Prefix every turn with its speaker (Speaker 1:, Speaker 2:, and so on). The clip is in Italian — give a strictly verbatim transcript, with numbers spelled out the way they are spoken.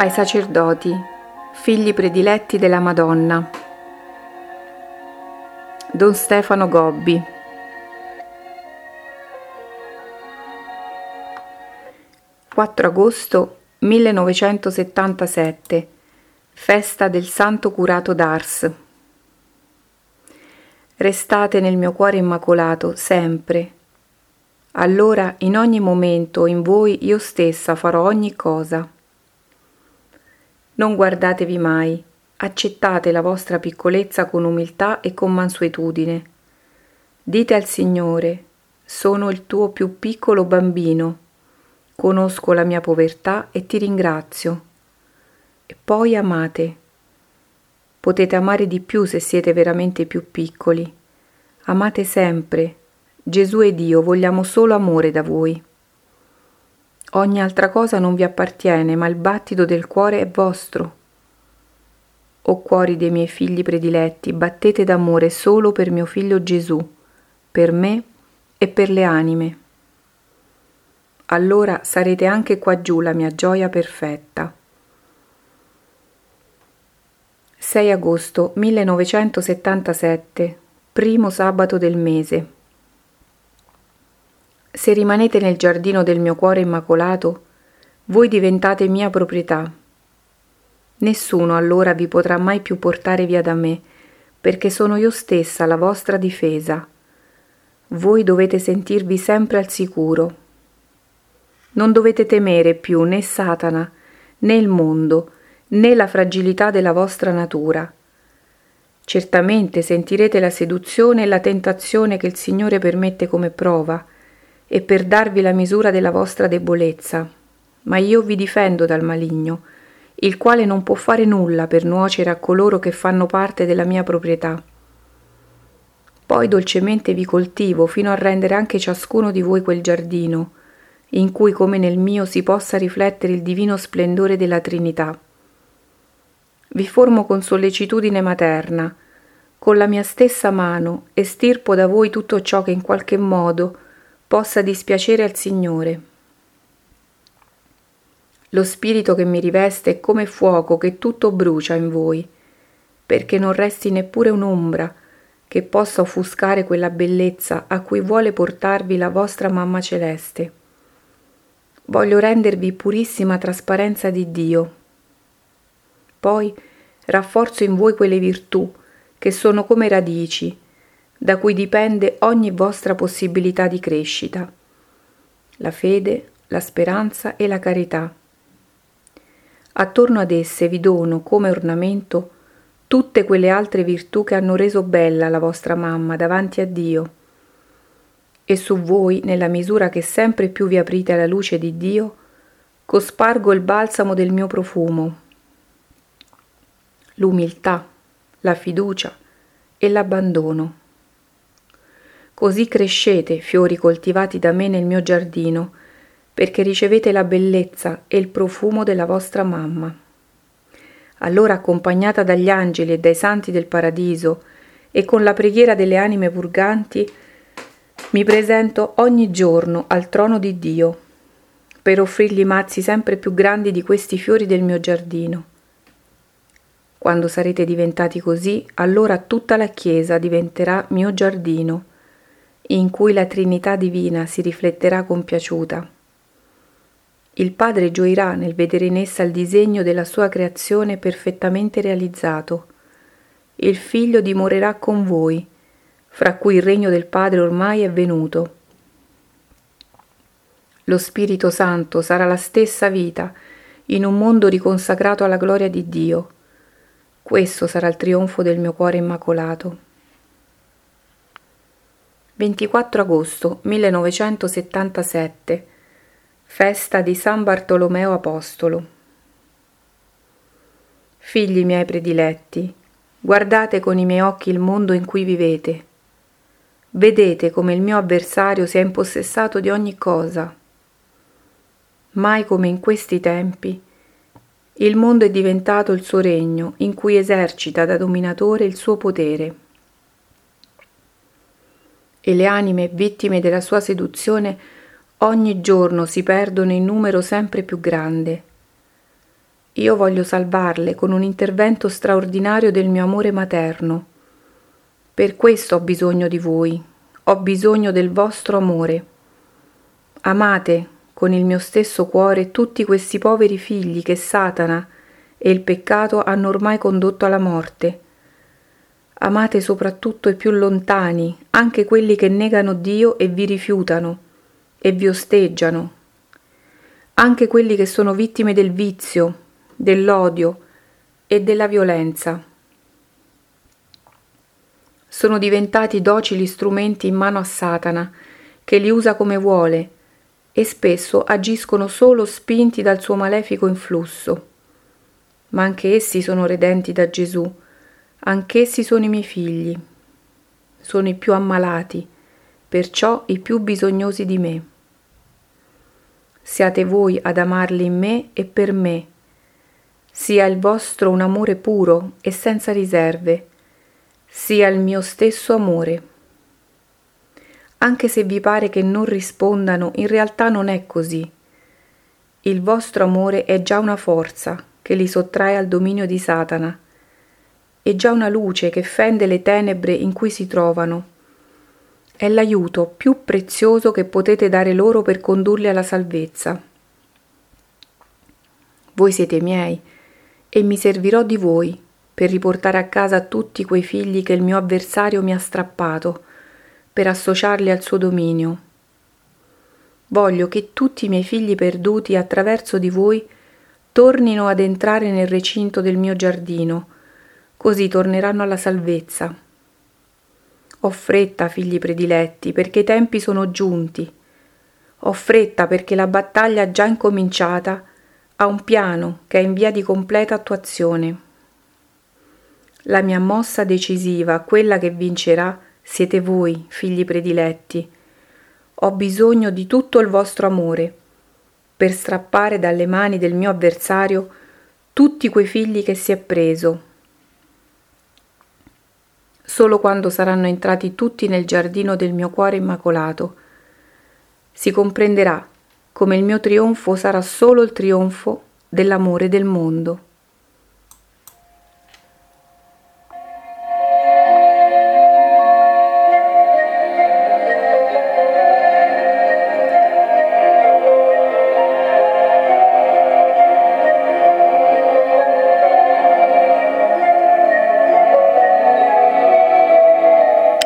Speaker 1: ai sacerdoti, figli prediletti della Madonna. Don Stefano Gobbi. quattro agosto millenovecentosettantasette, festa del Santo Curato d'Ars. Restate nel mio cuore immacolato sempre. Allora in ogni momento in voi io stessa farò ogni cosa. Non guardatevi mai, accettate la vostra piccolezza con umiltà e con mansuetudine. Dite al Signore: sono il tuo più piccolo bambino, conosco la mia povertà e ti ringrazio. E poi amate. Potete amare di più se siete veramente più piccoli. Amate sempre. Gesù ed io vogliamo solo amore da voi. Ogni altra cosa non vi appartiene, ma il battito del cuore è vostro. O cuori dei miei figli prediletti, battete d'amore solo per mio figlio Gesù, per me e per le anime. Allora sarete anche qua giù la mia gioia perfetta. sei agosto millenovecentosettantasette, primo sabato del mese. Se rimanete nel giardino del mio cuore immacolato, voi diventate mia proprietà. Nessuno allora vi potrà mai più portare via da me, perché sono io stessa la vostra difesa. Voi dovete sentirvi sempre al sicuro. Non dovete temere più né Satana, né il mondo, né la fragilità della vostra natura. Certamente sentirete la seduzione e la tentazione che il Signore permette come prova, e per darvi la misura della vostra debolezza, ma io vi difendo dal maligno, il quale non può fare nulla per nuocere a coloro che fanno parte della mia proprietà. Poi dolcemente vi coltivo fino a rendere anche ciascuno di voi quel giardino, in cui come nel mio si possa riflettere il divino splendore della Trinità. Vi formo con sollecitudine materna, con la mia stessa mano estirpo da voi tutto ciò che in qualche modo possa dispiacere al Signore. Lo spirito che mi riveste è come fuoco che tutto brucia in voi, perché non resti neppure un'ombra che possa offuscare quella bellezza a cui vuole portarvi la vostra Mamma Celeste. Voglio rendervi purissima trasparenza di Dio. Poi rafforzo in voi quelle virtù che sono come radici, da cui dipende ogni vostra possibilità di crescita: la fede, la speranza e la carità. Attorno ad esse vi dono come ornamento tutte quelle altre virtù che hanno reso bella la vostra mamma davanti a Dio. E su voi, nella misura che sempre più vi aprite alla luce di Dio, cospargo il balsamo del mio profumo, l'umiltà, la fiducia e l'abbandono. Così crescete, fiori coltivati da me nel mio giardino, perché ricevete la bellezza e il profumo della vostra mamma. Allora, accompagnata dagli angeli e dai santi del paradiso e con la preghiera delle anime purganti, mi presento ogni giorno al trono di Dio per offrirgli mazzi sempre più grandi di questi fiori del mio giardino. Quando sarete diventati così, allora tutta la Chiesa diventerà mio giardino, in cui la Trinità Divina si rifletterà compiaciuta. Il Padre gioirà nel vedere in essa il disegno della sua creazione perfettamente realizzato. Il Figlio dimorerà con voi, fra cui il regno del Padre ormai è venuto. Lo Spirito Santo sarà la stessa vita in un mondo riconsacrato alla gloria di Dio. Questo sarà il trionfo del mio cuore immacolato. ventiquattro agosto millenovecentosettantasette, festa di San Bartolomeo Apostolo. Figli miei prediletti, guardate con i miei occhi il mondo in cui vivete. Vedete come il mio avversario si è impossessato di ogni cosa. Mai come in questi tempi il mondo è diventato il suo regno, in cui esercita da dominatore il suo potere. E le anime vittime della sua seduzione ogni giorno si perdono in numero sempre più grande. Io voglio salvarle con un intervento straordinario del mio amore materno. Per questo ho bisogno di voi, ho bisogno del vostro amore. Amate con il mio stesso cuore tutti questi poveri figli che Satana e il peccato hanno ormai condotto alla morte. Amate soprattutto i più lontani, anche quelli che negano Dio e vi rifiutano e vi osteggiano, anche quelli che sono vittime del vizio, dell'odio e della violenza. Sono diventati docili strumenti in mano a Satana, che li usa come vuole e spesso agiscono solo spinti dal suo malefico influsso. Ma anche essi sono redenti da Gesù, anch'essi sono i miei figli, sono i più ammalati, perciò i più bisognosi di me. Siate voi ad amarli in me e per me. Sia il vostro un amore puro e senza riserve, sia il mio stesso amore. Anche se vi pare che non rispondano, in realtà non è così. Il vostro amore è già una forza che li sottrae al dominio di Satana, è già una luce che fende le tenebre in cui si trovano. È l'aiuto più prezioso che potete dare loro per condurli alla salvezza. Voi siete miei e mi servirò di voi per riportare a casa tutti quei figli che il mio avversario mi ha strappato, per associarli al suo dominio. Voglio che tutti i miei figli perduti attraverso di voi tornino ad entrare nel recinto del mio giardino, così torneranno alla salvezza. Ho fretta, figli prediletti, perché i tempi sono giunti. Ho fretta perché la battaglia già incominciata ha un piano che è in via di completa attuazione. La mia mossa decisiva, quella che vincerà, siete voi, figli prediletti. Ho bisogno di tutto il vostro amore per strappare dalle mani del mio avversario tutti quei figli che si è preso. Solo quando saranno entrati tutti nel giardino del mio cuore immacolato si comprenderà come il mio trionfo sarà solo il trionfo dell'amore del mondo.